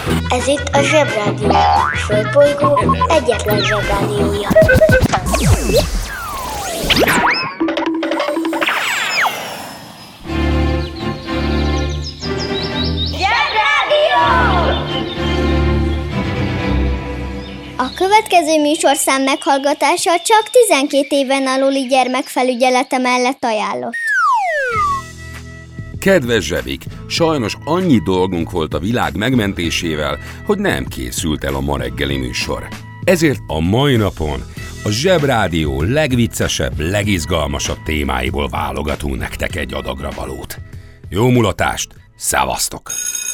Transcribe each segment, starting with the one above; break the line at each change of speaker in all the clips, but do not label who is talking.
Ez itt a Zsebrádió, a Földbolygó egyetlen Zsebrádiója.
A következő műsorszám meghallgatása csak 12 éven aluli gyermekfelügyelete mellett ajánlott.
Kedves Zsebik, sajnos annyi dolgunk volt a világ megmentésével, hogy nem készült el a ma reggeli műsor. Ezért a mai napon a Zsebrádió legviccesebb, legizgalmasabb témáiból válogatunk nektek egy adagra valót. Jó mulatást, szevasztok!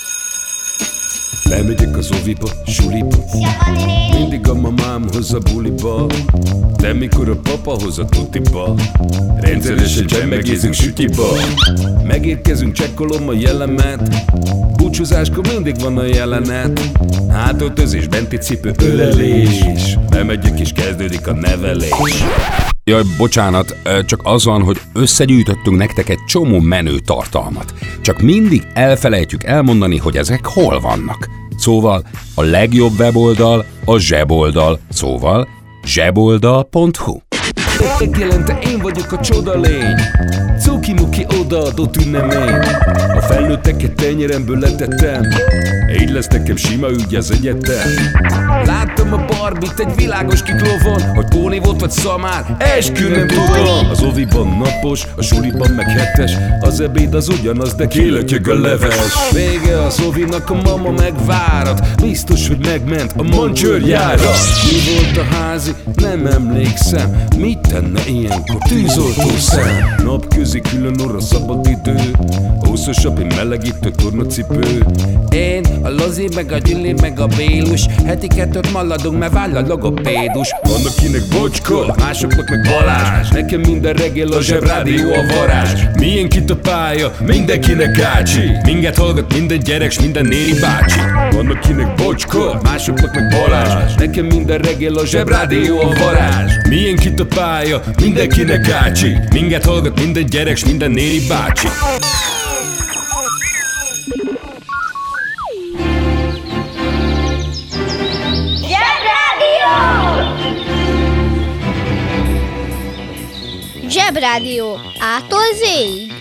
Lemegyek az oviba, suliba, mindig a mamám hoz a buliba, de mikor a papa hoz a tutiba, rendszeresen csemmegézünk sütiba. Megérkezünk, csekkolom a jellemet, búcsúzáskor mindig van a jelenet, hátöltözés, benti cipő, ölelés, bemegyek és kezdődik a nevelés.
Jaj, bocsánat, csak az van, hogy összegyűjtöttünk nektek egy csomó menő tartalmat. Csak mindig elfelejtjük elmondani, hogy ezek hol vannak. Szóval a legjobb weboldal a Zseboldal, szóval zseboldal.hu.
Megjelente én vagyok a csoda lény, cuki-muki odaadott ünnemény. A felnőtteket tenyeremből letettem, így lesz nekem sima ügy az egyetem. Láttam a Barbit egy világos kiklovon, hogy Póni volt vagy szamár, eskü nem tudom. Az oviban napos, a suliban meg hetes, az ebéd az ugyanaz, de kilötyög a leves. Vége az ovinak, a mama megvárat, biztos, hogy megment a mancsőrjára. Mi volt a házi? Nem emlékszem. Mit tenne ilyenkor tűzoltó szem? Napközi külön orra szabad idő, húszosabb egy melegítő tornacipő. Én, a Lozi, meg a Gyüli, meg a Bélus, heti kettőt maladunk, mert váll a logopédus. Van akinek Bocska, másoknak meg Balázs, nekem minden reggel a Zsebrádió a varázs. Milyen kit a pálya, mindenkinek ácsi, minket hallgat minden gyerek, s minden néri bácsi. Van akinek Bocska, másoknak meg Balázs, nekem minden reggel a Zsebrádió a varázs. Milyen kit a pálya, mindenkinek ácsi, minket hallgat minden gyerek, s minden néri bácsi.
Zsebrádió A-tól Z-ig.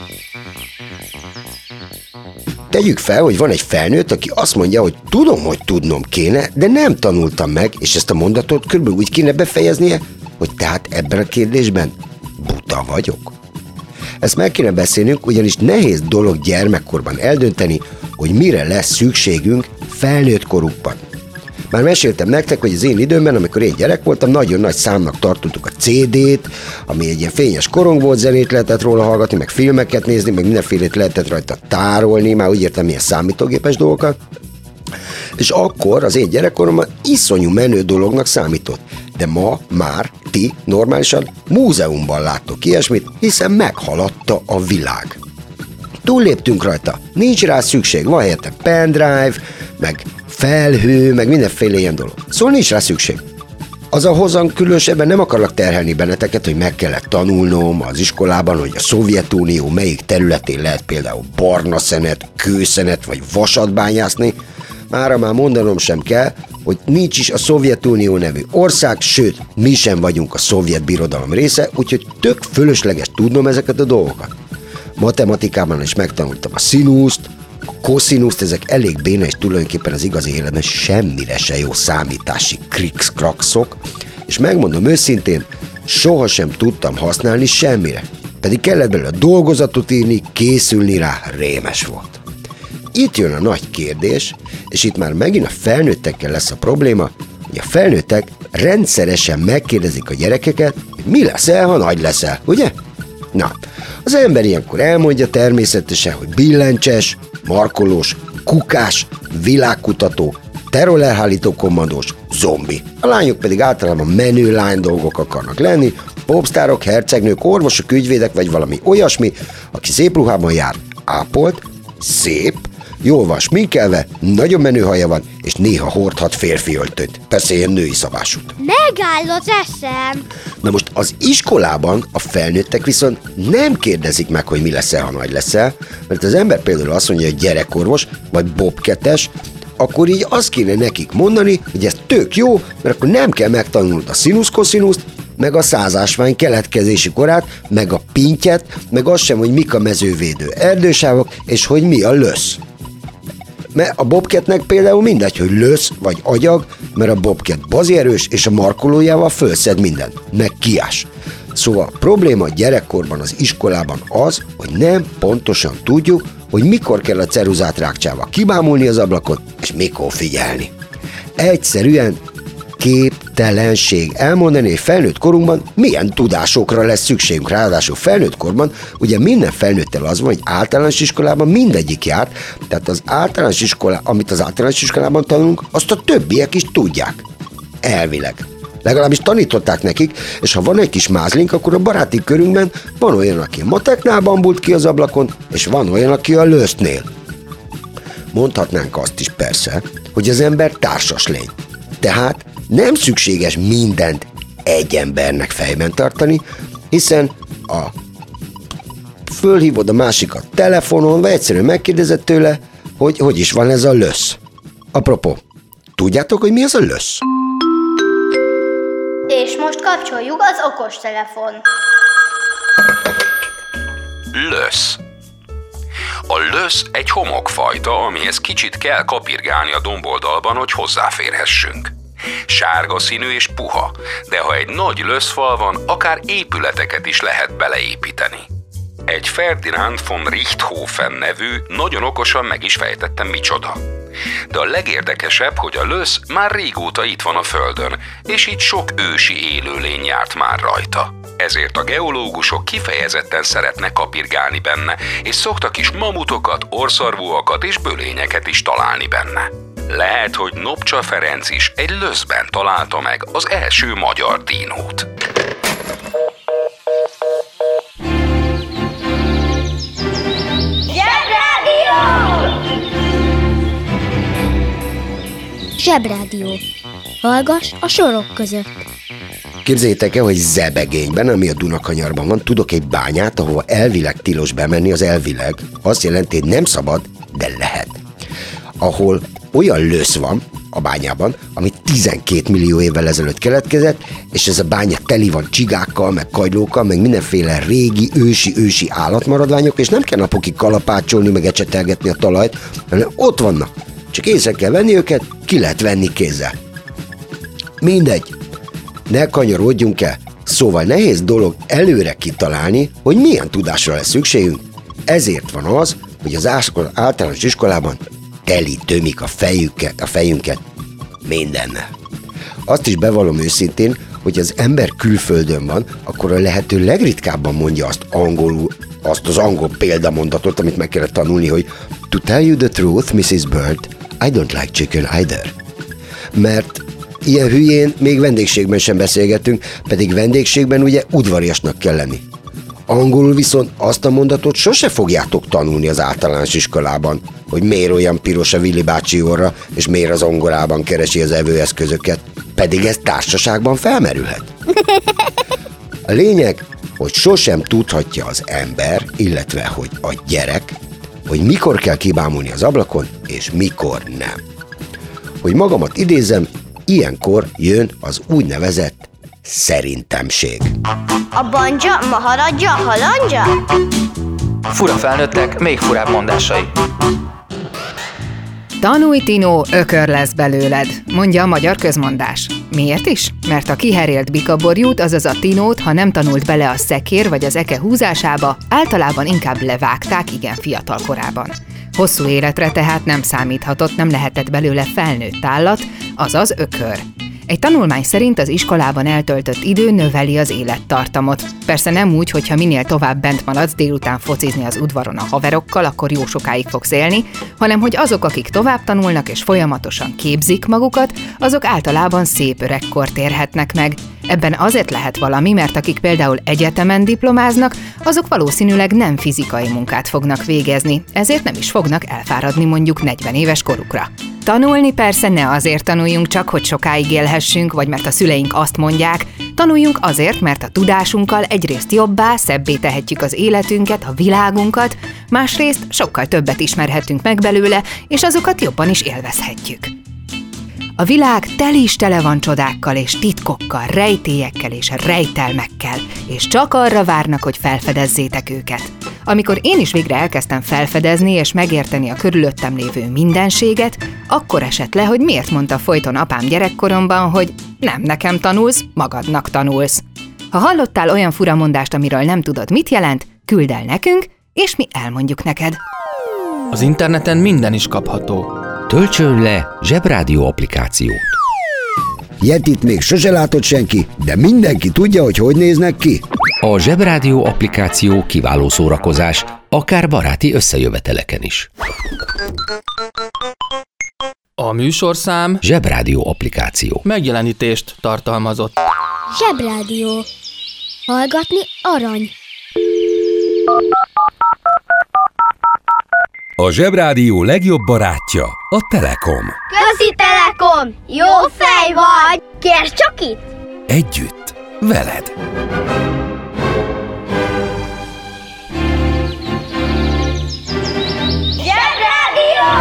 Tegyük fel, hogy van egy felnőtt, aki azt mondja, hogy tudom, hogy tudnom kéne, de nem tanultam meg, és ezt a mondatot körülbelül úgy kéne befejeznie, hogy tehát ebben a kérdésben buta vagyok. Ezt meg kéne beszélnünk, ugyanis nehéz dolog gyermekkorban eldönteni, hogy mire lesz szükségünk felnőtt korunkban. Már meséltem nektek, hogy az én időmben, amikor én gyerek voltam, nagyon nagy számnak tartottuk a CD-t, ami egy ilyen fényes korong volt, zenét lehetett róla hallgatni, meg filmeket nézni, meg mindenfélét lehetett rajta tárolni, már úgy értem, milyen számítógépes dolgokat. És akkor az én gyerekkoromban iszonyú menő dolognak számított. De ma már ti normálisan múzeumban láttok ilyesmit, hiszen meghaladta a világ. Túlléptünk rajta, nincs rá szükség, van helyette pendrive, meg felhő, meg mindenféle ilyen dolog. Szóval nincs rá szükség. Az a hozam különösebben nem akarlak terhelni benneteket, hogy meg kellett tanulnom az iskolában, hogy a Szovjetunió melyik területén lehet például barna szenet, kőszenet vagy vasat bányászni. Mára már mondanom sem kell, hogy nincs is a Szovjetunió nevű ország, sőt, mi sem vagyunk a szovjet birodalom része, úgyhogy tök fölösleges tudnom ezeket a dolgokat. Matematikában is megtanultam a színuszt, a koszínuszt, ezek elég béna, és tulajdonképpen az igazi életben semmire se jó számítási krikszkrakszok, és megmondom őszintén, sohasem tudtam használni semmire. Pedig kellett belőle dolgozatot írni, készülni rá, rémes volt. Itt jön a nagy kérdés, és itt már megint a felnőttekkel lesz a probléma, hogy a felnőttek rendszeresen megkérdezik a gyerekeket, hogy mi leszel, ha nagy leszel, ugye? Na, az ember ilyenkor elmondja természetesen, hogy billentyes, markolós, kukás, világkutató, terrorelhárító kommandós, zombi. A lányok pedig általában menő lány dolgok akarnak lenni, popstárok, hercegnők, orvosok, ügyvédek vagy valami olyasmi, aki szép ruhában jár, ápolt, szép, jól van sminkelve, nagyon menő haja van, és néha hordhat férfi öltönyt. Persze ilyen női szabásút.
Megáll az eszem!
Na most az iskolában a felnőttek viszont nem kérdezik meg, hogy mi leszel, ha nagy leszel, mert az ember például azt mondja, hogy gyerekorvos, vagy bobketes, akkor így azt kéne nekik mondani, hogy ez tök jó, mert akkor nem kell megtanulnod a színusz-koszínuszt, meg a százásvány keletkezési korát, meg a pintyet, meg azt sem, hogy mik a mezővédő erdősávok, és hogy mi a lösz. Mert a bobcatnek például mindegy, hogy lösz vagy agyag, mert a bobcat bazierős, és a markolójával fölszed mindent, meg kiás. Szóval a probléma gyerekkorban az iskolában az, hogy nem pontosan tudjuk, hogy mikor kell a ceruzát rákcsával kibámulni az ablakot, és mikor figyelni. Egyszerűen képtelenség elmondani, hogy felnőtt korunkban milyen tudásokra lesz szükségünk. Ráadásul felnőtt korban ugye minden felnőttel az van, hogy általános iskolában mindegyik járt, tehát az általános iskola, amit az általános iskolában tanulunk, azt a többiek is tudják. Elvileg. Legalábbis tanították nekik, és ha van egy kis mázlink, akkor a baráti körünkben van olyan, aki a mateknál bambult ki az ablakon, és van olyan, aki a lösztnél. Mondhatnánk azt is persze, hogy az ember társas lény. Tehát nem szükséges mindent egy embernek fejben tartani, hiszen fölhívod a másikat telefonon, vagy egyszerűen megkérdezed tőle, hogy is van ez a lösz. Apropó, tudjátok, hogy mi az a lösz?
És most kapcsoljuk az okostelefon.
Lösz. A lösz egy homokfajta, amihez kicsit kell kapirgálni a domboldalban, hogy hozzáférhessünk. Sárga színű és puha, de ha egy nagy löszfal van, akár épületeket is lehet beleépíteni. Egy Ferdinand von Richthofen nevű, nagyon okosan meg is fejtettem micsoda. De a legérdekesebb, hogy a lösz már régóta itt van a Földön, és itt sok ősi élőlény járt már rajta. Ezért a geológusok kifejezetten szeretnek kapirgálni benne, és szoktak is mamutokat, orrszarvúakat és bölényeket is találni benne. Lehet, hogy Nopcsa Ferenc is egy löszben találta meg az első magyar dinót.
Zsebrádió. Hallgass a sorok között.
Képzeljétek el, hogy Zebegényben, ami a Dunakanyarban van, tudok egy bányát, ahova elvileg tilos bemenni, az elvileg azt jelenti, hogy nem szabad, de lehet. Ahol olyan lösz van a bányában, ami 12 millió évvel ezelőtt keletkezett, és ez a bánya teli van csigákkal, meg kagylókkal, meg mindenféle régi, ősi állatmaradványok, és nem kell napokig kalapácsolni, meg ecsetelgetni a talajt, hanem ott vannak. Csak észre kell venni őket, ki lehet venni kézzel. Mindegy. Ne kanyarodjunk el. Szóval nehéz dolog előre kitalálni, hogy milyen tudásra lesz szükségünk. Ezért van az, hogy az általános iskolában tömik a fejünket mindennel. Azt is bevallom őszintén, hogy az ember külföldön van, akkor a lehető legritkábban mondja azt angolul, azt az angol példamondatot, amit meg kellett tanulni, hogy to tell you the truth, Mrs. Bird, I don't like chicken either. Mert ilyen hülyén még vendégségben sem beszélgetünk, pedig vendégségben ugye udvariasnak kell lenni. Angolul viszont azt a mondatot sose fogjátok tanulni az általános iskolában, hogy miért olyan piros a Willy bácsi orra, és miért az zongorában keresi az evőeszközöket, pedig ez társaságban felmerülhet. A lényeg, hogy sosem tudhatja az ember, illetve hogy a gyerek, hogy mikor kell kibámulni az ablakon, és mikor nem. Hogy magamat idézem, ilyenkor jön az úgynevezett szerintemség.
A banja, maharadja, halandja?
Fura felnőttek, még furább mondásai.
Tanulj, Tinó, ökör lesz belőled, mondja a magyar közmondás. Miért is? Mert a kiherélt bikaborjút, azaz a Tinót, ha nem tanult bele a szekér vagy az eke húzásába, általában inkább levágták igen fiatal korában. Hosszú életre tehát nem számíthatott, nem lehetett belőle felnőtt állat, azaz ökör. Egy tanulmány szerint az iskolában eltöltött idő növeli az élettartamot. Persze nem úgy, hogyha minél tovább bent maradsz délután focizni az udvaron a haverokkal, akkor jó sokáig fogsz élni, hanem hogy azok, akik tovább tanulnak és folyamatosan képzik magukat, azok általában szép öregkort érhetnek meg. Ebben azért lehet valami, mert akik például egyetemen diplomáznak, azok valószínűleg nem fizikai munkát fognak végezni, ezért nem is fognak elfáradni mondjuk 40 éves korukra. Tanulni persze ne azért tanuljunk csak, hogy sokáig élhessünk, vagy mert a szüleink azt mondják, tanuljunk azért, mert a tudásunkkal egyrészt jobbá, szebbé tehetjük az életünket, a világunkat, másrészt sokkal többet ismerhetünk meg belőle, és azokat jobban is élvezhetjük. A világ tele van csodákkal és titkokkal, rejtélyekkel és rejtelmekkel, és csak arra várnak, hogy felfedezzétek őket. Amikor én is végre elkezdtem felfedezni és megérteni a körülöttem lévő mindenséget, akkor esett le, hogy miért mondta folyton apám gyerekkoromban, hogy nem nekem tanulsz, magadnak tanulsz. Ha hallottál olyan furamondást, amiről nem tudod, mit jelent, küld el nekünk, és mi elmondjuk neked.
Az interneten minden is kapható.
Töltsön le Zsebrádió applikációt.
Yetit még sose látott senki, de mindenki tudja, hogy néznek ki.
A Zsebrádió applikáció kiváló szórakozás, akár baráti összejöveteleken is.
A műsorszám
Zsebrádió applikáció
megjelenítést tartalmazott.
Zsebrádió. Hallgatni arany.
A Zsebrádió legjobb barátja a Telekom.
Közi Telekom! Jó fej vagy! Kérd csak itt!
Együtt, veled.
Zsebrádió!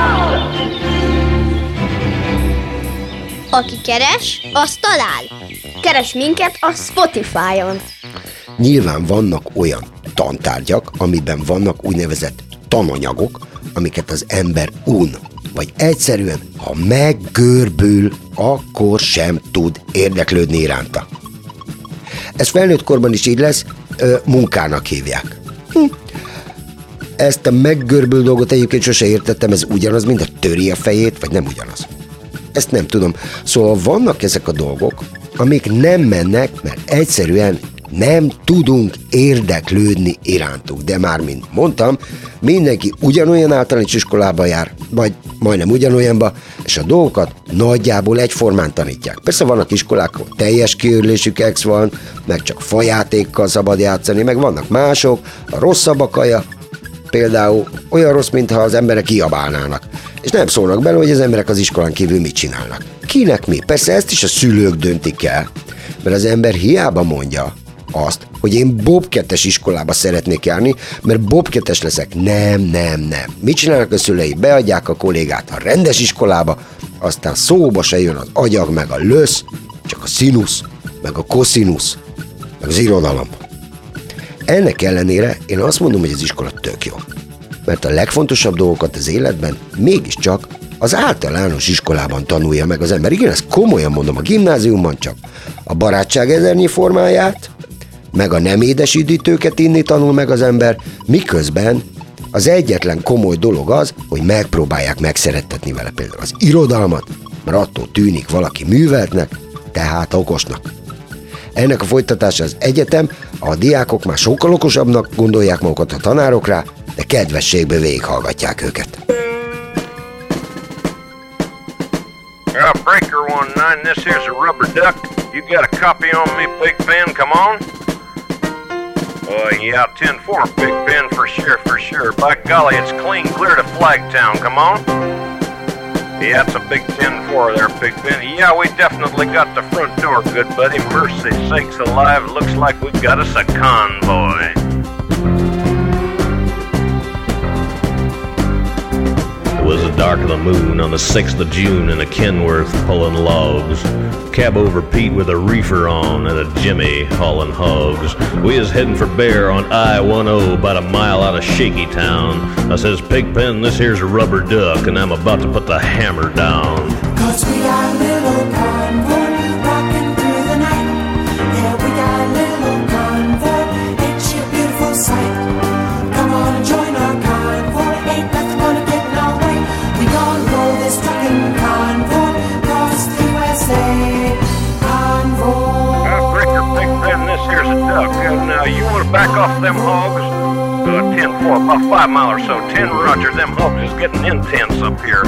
Aki keres, az talál. Keres minket a Spotify-on.
Nyilván vannak olyan tantárgyak, amiben vannak úgynevezett tananyagok, amiket az ember un, vagy egyszerűen, ha meggörbül, akkor sem tud érdeklődni iránta. Ez felnőtt korban is így lesz, munkának hívják. Ezt a meggörbül dolgot egyébként sose értettem, ez ugyanaz, mint a töri a fejét, vagy nem ugyanaz. Ezt nem tudom. Szóval vannak ezek a dolgok, amik nem mennek, mert egyszerűen nem tudunk érdeklődni irántuk. De már, mint mondtam, mindenki ugyanolyan általános iskolába jár, vagy majdnem ugyanolyanba, és a dolgokat nagyjából egyformán tanítják. Persze vannak iskolák, ahol teljes kiőrlésük ex van, meg csak fajátékkal szabad játszani, meg vannak mások, a rosszabb a kaja, például olyan rossz, mintha az emberek kiabálnának, és nem szólnak bele, hogy az emberek az iskolán kívül mit csinálnak. Kinek mi? Persze ezt is a szülők döntik el, mert az ember hiába mondja azt, hogy én Bob 2-es iskolába szeretnék járni, mert Bob 2-es leszek. Nem. Mit csinálnak a szülei? Beadják a kollégát a rendes iskolába, aztán szóba se jön az agyag, meg a lösz, csak a színusz, meg a koszinusz, meg az irodalom. Ennek ellenére én azt mondom, hogy az iskola tök jó. Mert a legfontosabb dolgokat az életben mégiscsak az általános iskolában tanulja meg az ember. Igen, ezt komolyan mondom, a gimnáziumban csak a barátság ezernyi formáját, meg a nem édes üdítőket inni tanul meg az ember, miközben az egyetlen komoly dolog az, hogy megpróbálják megszerettetni vele például az irodalmat, mert attól tűnik valaki műveltnek, tehát okosnak. Ennek a folytatása az egyetem, a diákok már sokkal okosabbnak gondolják magukat a tanárokra, de kedvességbe végighallgatják őket.
Breaker 19, this here's a rubber duck. You got a copy on me, Big Ben, come on? Yeah, 10-4, Big Ben, for sure. By golly, it's clean clear to Flagtown, come on? Yeah, it's a big 10-4 there, Big Ben. Yeah, we definitely got the front door, good buddy. Mercy sakes alive, looks like we've got us a convoy.
It was the dark of the moon on the 6th of June in a Kenworth pulling logs. Cab over Pete with a reefer on and a Jimmy hauling hogs. We was heading for Bear on I-10 about a mile out of Shaky Town. I says, Pigpen, this here's a rubber duck and I'm about to put the hammer down.
'Cause we got a little convoy rocking through the night. Yeah, we got a little convoy, ain't she a beautiful sight? Come on and join our convoy, ain't nothing gonna get in our way. We gonna roll this trucking convoy across the USA.
Breaker, Big Ben, this here's a duck. Now, you want to back off them hogs? 10-4, about 5 mile or so. 10 Roger, them hogs is getting intense up here.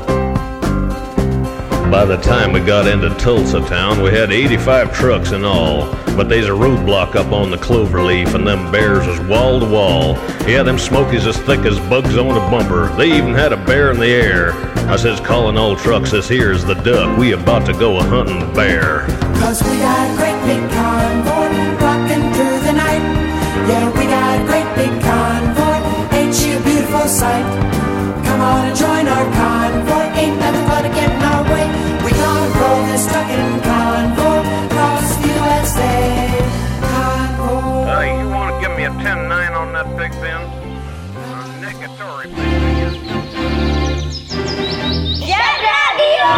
By the time we got into Tulsa town, we had 85 trucks in all. But there's a roadblock up on the Cloverleaf, and them bears was wall to wall. Yeah, them smokies as thick as bugs on a bumper. They even had a bear in the air. I says, calling all trucks, this here's the duck. We about to go a-hunting bear.
'Cause we got a great big convoy rocking through the night. Yeah, we got a great big convoy. Ain't she a beautiful sight? Come on and join our convoy. Ain't nothing but a getting our way. We gonna roll this trucking convoy across the USA. Convoy.
You want to give me a 10-9 on that Big Ben? Negatory, please.
Zsebrádió!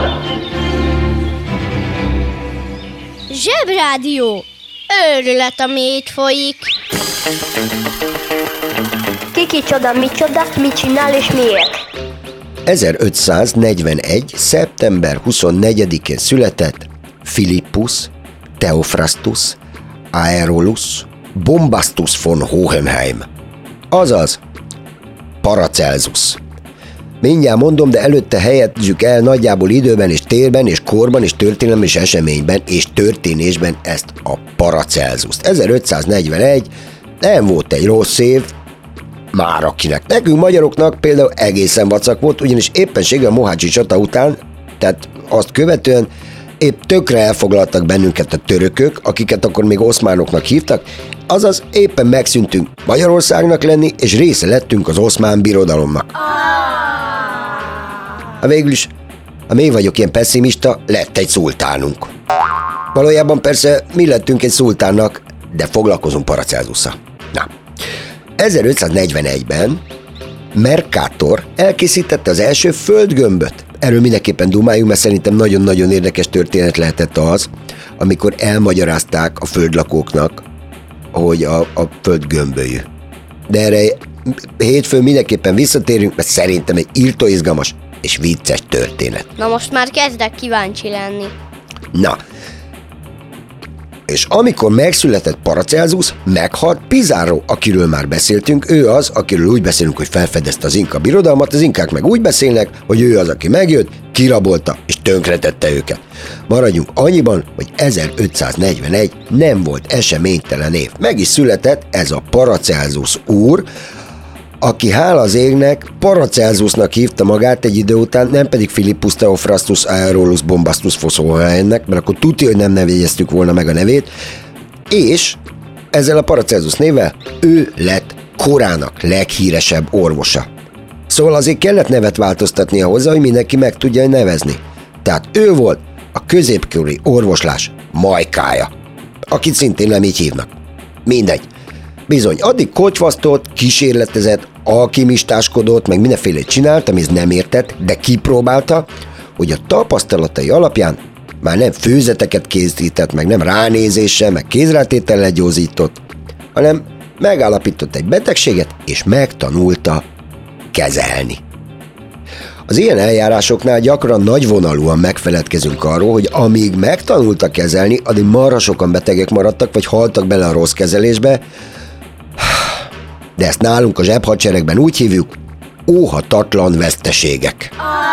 Zsebrádió! Őrület, ami itt folyik.
Kiki csoda, micsoda, mit csinál és miért?
1541. szeptember 24-én született Philippus Theophrastus Aerolus Bombastus von Hohenheim, azaz Paracelsus. Mindjárt mondom, de előtte helyezzük el nagyjából időben és térben és korban és történelem és eseményben és történésben ezt a Paracelsust. 1541 nem volt egy rossz év, már akinek. Nekünk magyaroknak például egészen vacak volt, ugyanis éppenséggel a Mohácsi csata után, tehát azt követően épp tökre elfoglaltak bennünket a törökök, akiket akkor még oszmánoknak hívtak, azaz éppen megszűntünk Magyarországnak lenni, és része lettünk az Oszmán Birodalomnak. Ha végül is, ha még vagyok ilyen pessimista, lett egy szultánunk. Valójában persze mi lettünk egy szultánnak, de foglalkozunk Paracelsusszal. Na, 1541-ben Mercator elkészítette az első földgömböt. Erről mindenképpen dumáljunk, mert szerintem nagyon-nagyon érdekes történet lehetett az, amikor elmagyarázták a földlakóknak, hogy a föld gömbölyű. De erre hétfőn mindenképpen visszatérünk, mert szerintem egy írtó izgalmas és vicces történet.
Na most már kezdek kíváncsi lenni.
Na, és amikor megszületett Paracelsus, meghalt Pizarro, akiről már beszéltünk. Ő az, akiről úgy beszélünk, hogy felfedezte az inka birodalmat, az inkák meg úgy beszélnek, hogy ő az, aki megjött, kirabolta és tönkretette őket. Maradjunk annyiban, hogy 1541 nem volt eseménytelen év. Meg is született ez a Paracelsus úr, aki hála az égnek Paracelsusnak hívta magát egy idő után, nem pedig Philippus Theophrastus Aerolus Bombastus von Hohenheimnek, mert akkor tuti, hogy nem nevégyeztük volna meg a nevét, és ezzel a Paracelsus névvel ő lett korának leghíresebb orvosa. Szóval azért kellett nevet változtatnia hozzá, hogy mindenki meg tudja nevezni. Tehát ő volt a középkori orvoslás majkája, akit szintén nem így hívnak. Mindegy. Bizony, addig kocsvasztott, kísérletezett, alkimistáskodott, meg mindenfélét csinált, amihez nem értett, de kipróbálta, hogy a tapasztalatai alapján már nem főzeteket készített, meg nem ránézéssel, meg kézrátétellel gyógyított, hanem megállapított egy betegséget, és megtanulta kezelni. Az ilyen eljárásoknál gyakran nagyvonalúan megfeledkezünk arról, hogy amíg megtanulta kezelni, addig marha sokan betegek maradtak, vagy haltak bele a rossz kezelésbe, de ezt nálunk a zsebhadseregben úgy hívjuk, óhatatlan veszteségek.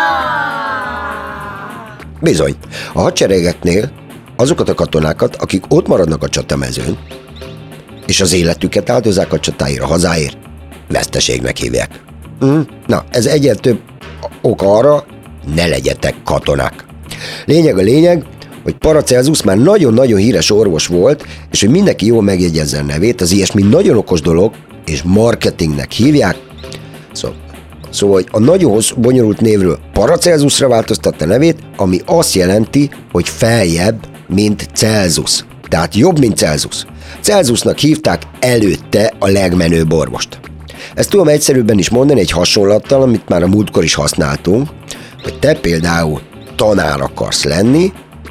Bizony, a hadseregeknél azokat a katonákat, akik ott maradnak a csatamezőn, és az életüket áldozzák a csatáért, a hazáért, veszteségnek hívják. Na, ez egyre több ok arra, ne legyetek katonák. Lényeg a lényeg, hogy Paracelsus már nagyon-nagyon híres orvos volt, és hogy mindenki jól megjegyezze a nevét, az ilyesmi nagyon okos dolog, és marketingnek hívják. Szóval hogy a nagyon hosszú, bonyolult névről Paracelsusra változtatta nevét, ami azt jelenti, hogy feljebb, mint Celsus. Tehát jobb, mint Celsus. Celsusnak hívták előtte a legmenőbb orvost. Ezt tudom egyszerűbben is mondani egy hasonlattal, amit már a múltkor is használtunk, hogy te például tanár akarsz lenni,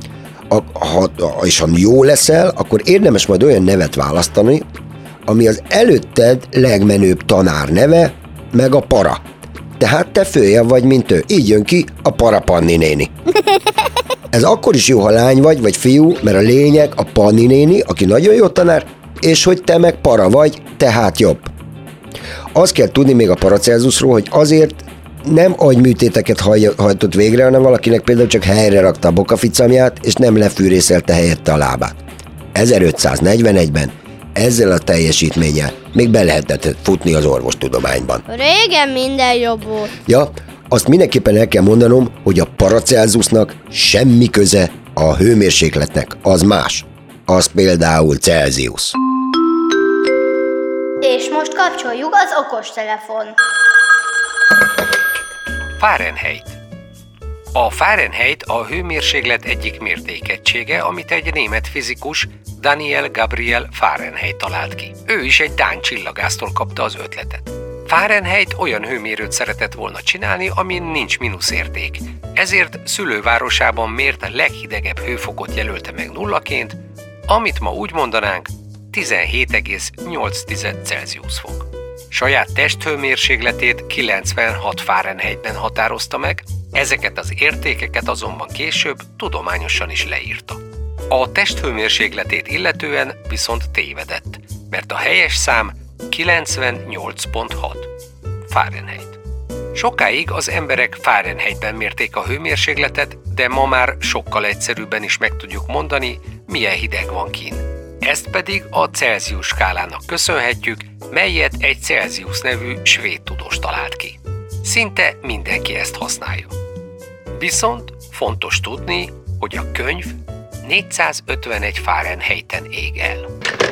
és ha jó leszel, akkor érdemes majd olyan nevet választani, ami az előtted legmenőbb tanár neve, meg a para. Tehát te följebb vagy, mint ő. Így jön ki a Para Panni néni. Ez akkor is jó, ha lány vagy fiú, mert a lényeg a Panni néni, aki nagyon jó tanár, és hogy te meg para vagy, tehát jobb. Azt kell tudni még a Paracelsusról, hogy azért nem agyműtéteket hajtott végre, hanem valakinek például csak helyre rakta a bokaficamját, és nem lefűrészelte helyette a lábát. 1541-ben ezzel a teljesítménnyel még be lehetett futni az orvostudományban.
Régen minden jobb volt.
Ja, azt mindenképpen el kell mondanom, hogy a Paracelsusnak semmi köze a hőmérsékletnek, az más. Az például Celsius.
És most kapcsoljuk az okostelefon.
Fahrenheit. A Fahrenheit a hőmérséklet egyik mértékegysége, amit egy német fizikus, Daniel Gabriel Fahrenheit talált ki. Ő is egy dán csillagásztól kapta az ötletet. Fahrenheit olyan hőmérőt szeretett volna csinálni, amin nincs mínuszérték. Ezért szülővárosában mért leghidegebb hőfokot jelölte meg nullaként, amit ma úgy mondanánk 17,8 Celsius fok. Saját testhőmérsékletét 96 Fahrenheitben határozta meg, ezeket az értékeket azonban később tudományosan is leírta. A testhőmérsékletét illetően viszont tévedett, mert a helyes szám 98,6 Fahrenheit. Sokáig az emberek Fahrenheitben mérték a hőmérsékletet, de ma már sokkal egyszerűbben is meg tudjuk mondani, milyen hideg van kint. Ezt pedig a Celsius skálának köszönhetjük, melyet egy Celsius nevű svéd tudós talált ki. Szinte mindenki ezt használja. Viszont fontos tudni, hogy a könyv 451 Fahrenheiten ég el.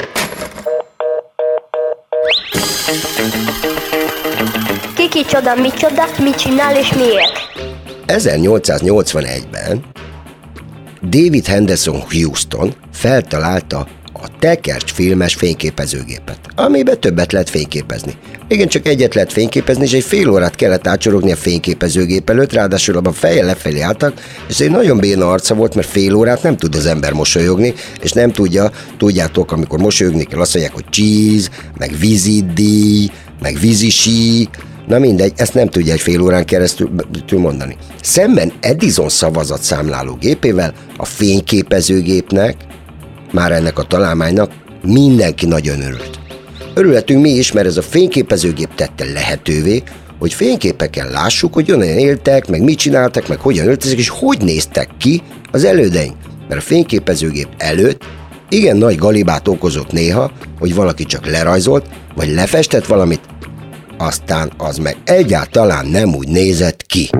Ki kicsoda, micsoda, mit csinál és miért?
1881-ben David Henderson Houston feltalálta a tekercs filmes fényképezőgépet, amiben többet lehet fényképezni. Igen, csak egyet lehet fényképezni, és egy fél órát kellett átsorogni a fényképezőgép előtt, ráadásul abban fejjel lefelé álltak, és egy nagyon béna arca volt, mert fél órát nem tud az ember mosolyogni, és nem tudjátok, amikor mosolyogni kell, azt mondják, hogy cheese, meg vízidíj, meg vízisi, na mindegy, ezt nem tudja egy fél órán keresztül mondani. Szemben Edison szavazatszámláló gépével a fényképezőgépnek, már ennek a találmánynak mindenki nagyon örült. Örülhetünk mi is, mert ez a fényképezőgép tette lehetővé, hogy fényképeken lássuk, hogy olyan éltek, meg mit csináltak, meg hogyan öltözik, és hogy néztek ki az elődeink. Mert a fényképezőgép előtt igen nagy galibát okozott néha, hogy valaki csak lerajzolt, vagy lefestett valamit, aztán az meg egyáltalán nem úgy nézett ki.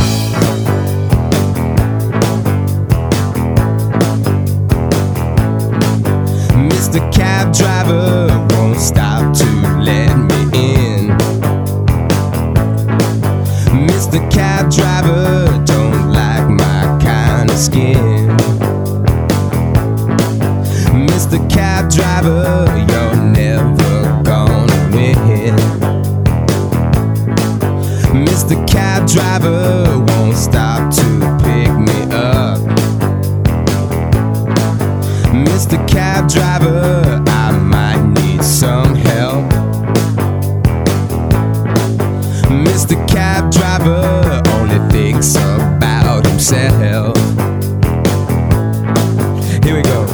Mr. Cab Driver won't stop to let me in. Mr. Cab Driver don't like my kind of skin. Mr. Cab Driver, you're never gonna win. Mr. Cab Driver won't stop to pick me up. Mr. Cab Driver, I might need some help. Mr. Cab Driver only thinks about himself. Here we go.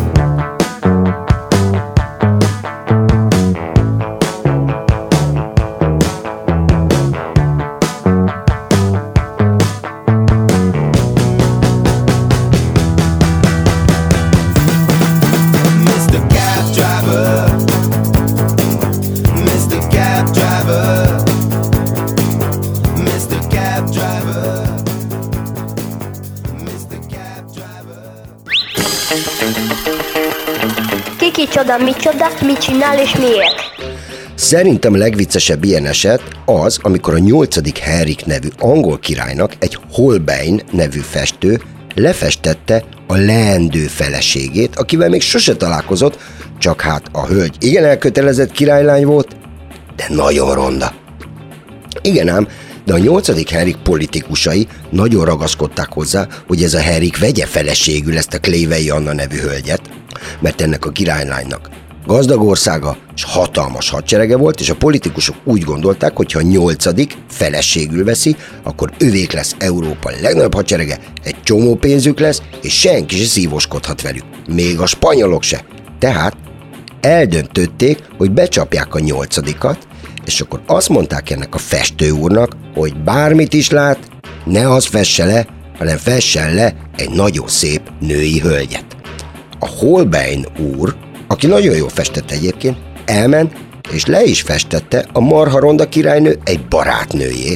Ki kicsoda, micsoda, mit csinál és miért?
Szerintem a legviccesebb ilyen eset az, amikor a 8. Henrik nevű angol királynak egy Holbein nevű festő lefestette a leendő feleségét, akivel még sose találkozott, csak hát a hölgy igen elkötelezett királylány volt, de nagyon ronda. Igen ám, de a 8. Henrik politikusai nagyon ragaszkodták hozzá, hogy ez a Henrik vegye feleségül ezt a Clévei Anna nevű hölgyet, mert ennek a királylánynak gazdag országa és hatalmas hadserege volt, és a politikusok úgy gondolták, hogy ha a 8. feleségül veszi, akkor övék lesz Európa legnagyobb hadserege, egy csomó pénzük lesz, és senki se szívoskodhat velük, még a spanyolok se. Tehát eldöntötték, hogy becsapják a 8-at, és akkor azt mondták ennek a festő úrnak, hogy bármit is lát, ne az fesse le, hanem fessen le egy nagyon szép női hölgyet. A Holbein úr, aki nagyon jól festett egyébként, elment, és le is festette a marha ronda királynő egy barátnőjét,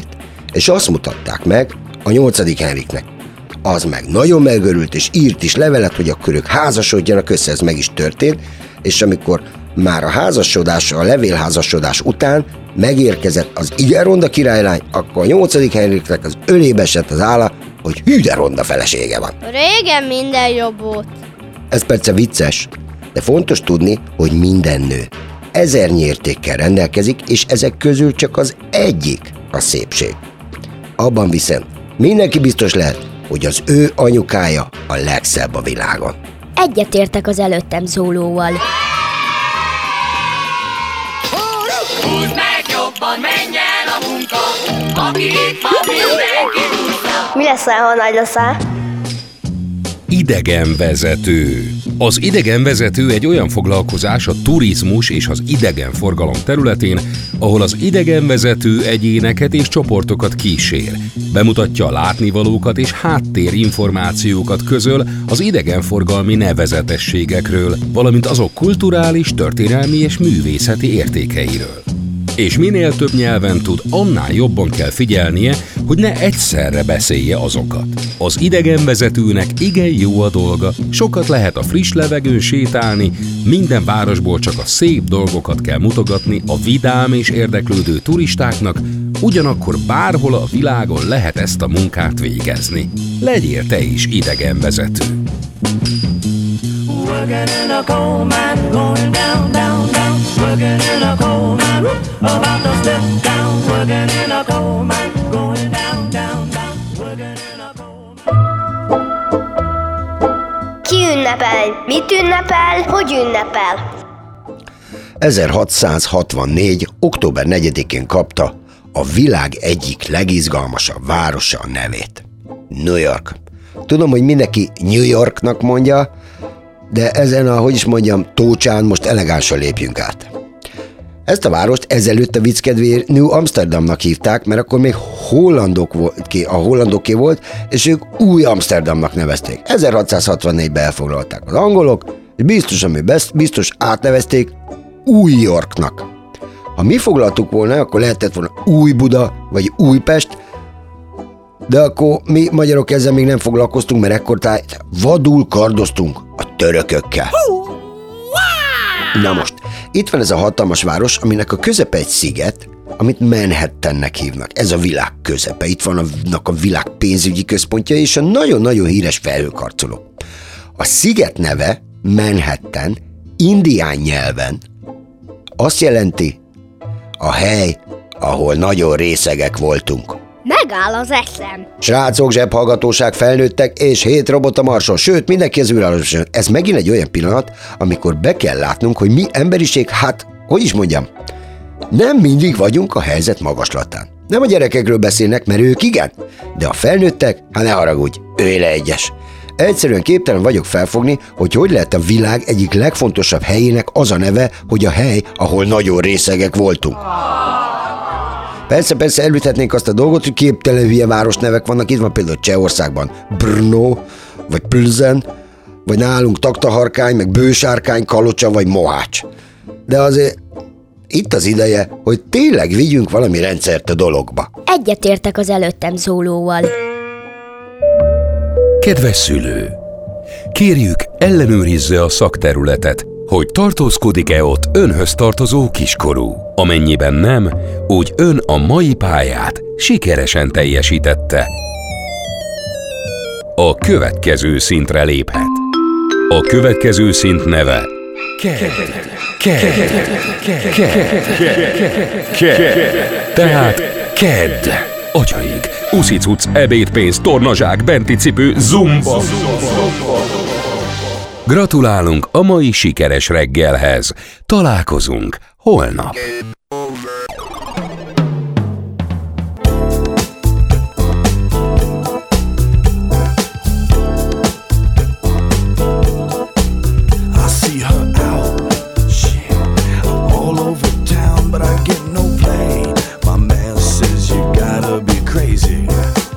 és azt mutatták meg a 8. Henriknek. Az meg nagyon megörült, és írt is levelet, hogy akkor ők házasodjanak össze, ez meg is történt, és amikor már a levélházasodás után megérkezett az igen ronda királylány, akkor a 8. Henriknek az ölébe esett az álla, hogy hű de ronda felesége van.
Régen minden jobb volt.
Ez persze vicces, de fontos tudni, hogy minden nő 1000 értékkel rendelkezik, és ezek közül csak az egyik a szépség. Abban viszont mindenki biztos lehet, hogy az ő anyukája a legszebb a világon.
Egyetértek az előttem szólóval.
Húzd meg jobban, menj el a munka, aki itt van, mindenki húzza.
Mi leszel, ha nagy leszel?
Idegenvezető. Az idegenvezető egy olyan foglalkozás a turizmus és az idegenforgalom területén, ahol az idegenvezető egyéneket és csoportokat kísér. Bemutatja a látnivalókat és háttérinformációkat közöl az idegenforgalmi nevezetességekről, valamint azok kulturális, történelmi és művészeti értékeiről. És minél több nyelven tud, annál jobban kell figyelnie, hogy ne egyszerre beszélje azokat. Az idegenvezetőnek igen jó a dolga, sokat lehet a friss levegőn sétálni, minden városból csak a szép dolgokat kell mutogatni a vidám és érdeklődő turistáknak, ugyanakkor bárhol a világon lehet ezt a munkát végezni. Legyél te is idegenvezető!
Working in a coal mine, going down, down, down. Working in a coal mine, about to step down. Working in a coal mine, going down, down, down. Working in a coal mine.
Ki ünnepel? Mit ünnepel? Hogy ünnepel?
1664. október 4-én kapta a világ egyik legizgalmasabb városa a nevét. New York. Tudom, hogy mindenki New Yorknak mondja, de ezen a, tócsán most elegánsan lépjünk át. Ezt a várost ezelőtt a vicc kedvéért New Amsterdamnak hívták, mert akkor még hollandoké volt, és ők Új Amsterdamnak nevezték. 1664-ben elfoglalták az angolok, és biztos átnevezték Új Yorknak. Ha mi foglaltuk volna, akkor lehetett volna Új Buda, vagy Újpest, de akkor mi magyarok ezzel még nem foglalkoztunk, mert ekkor vadul kardoztunk a törökökkel. Na most, itt van ez a hatalmas város, aminek a közepe egy sziget, amit Manhattannek hívnak. Ez a világ közepe. Itt vannak a világ pénzügyi központja és a nagyon-nagyon híres felhőkarcoló. A sziget neve, Manhattan, indián nyelven azt jelenti, a hely, ahol nagyon részegek voltunk.
Megáll az eszem.
Srácok, zsebhallgatóság, felnőttek, és 7 robot a Marson, sőt, mindenki az űrállomáson. Ez megint egy olyan pillanat, amikor be kell látnunk, hogy mi emberiség, nem mindig vagyunk a helyzet magaslatán. Nem a gyerekekről beszélnek, mert ők igen, de a felnőttek, ne haragudj, őj le egyes. Egyszerűen képtelen vagyok felfogni, hogy lehet a világ egyik legfontosabb helyének az a neve, hogy a hely, ahol nagyon részegek voltunk. Persze elüthetnénk azt a dolgot, hogy képtelen hülye városnevek vannak, itt van például Csehországban Brno, vagy Plzen, vagy nálunk Taktaharkány, meg Bősárkány, Kalocsa, vagy Mohács. De azért itt az ideje, hogy tényleg vigyünk valami rendszert a dologba.
Egyetértek az előttem szólóval.
Kedves szülő! Kérjük, ellenőrizze a szakterületet, hogy tartózkodik-e ott önhöz tartozó kiskorú. Amennyiben nem, úgy ön a mai pályát sikeresen teljesítette. A következő szintre léphet. A következő szint neve Tehát KED. Atyaik, uszicuc, ebédpénz, tornazsák, benti cipő, zumba. Gratulálunk a mai sikeres reggelhez. Találkozunk holnap.
But I get no play. My man says you gotta be crazy.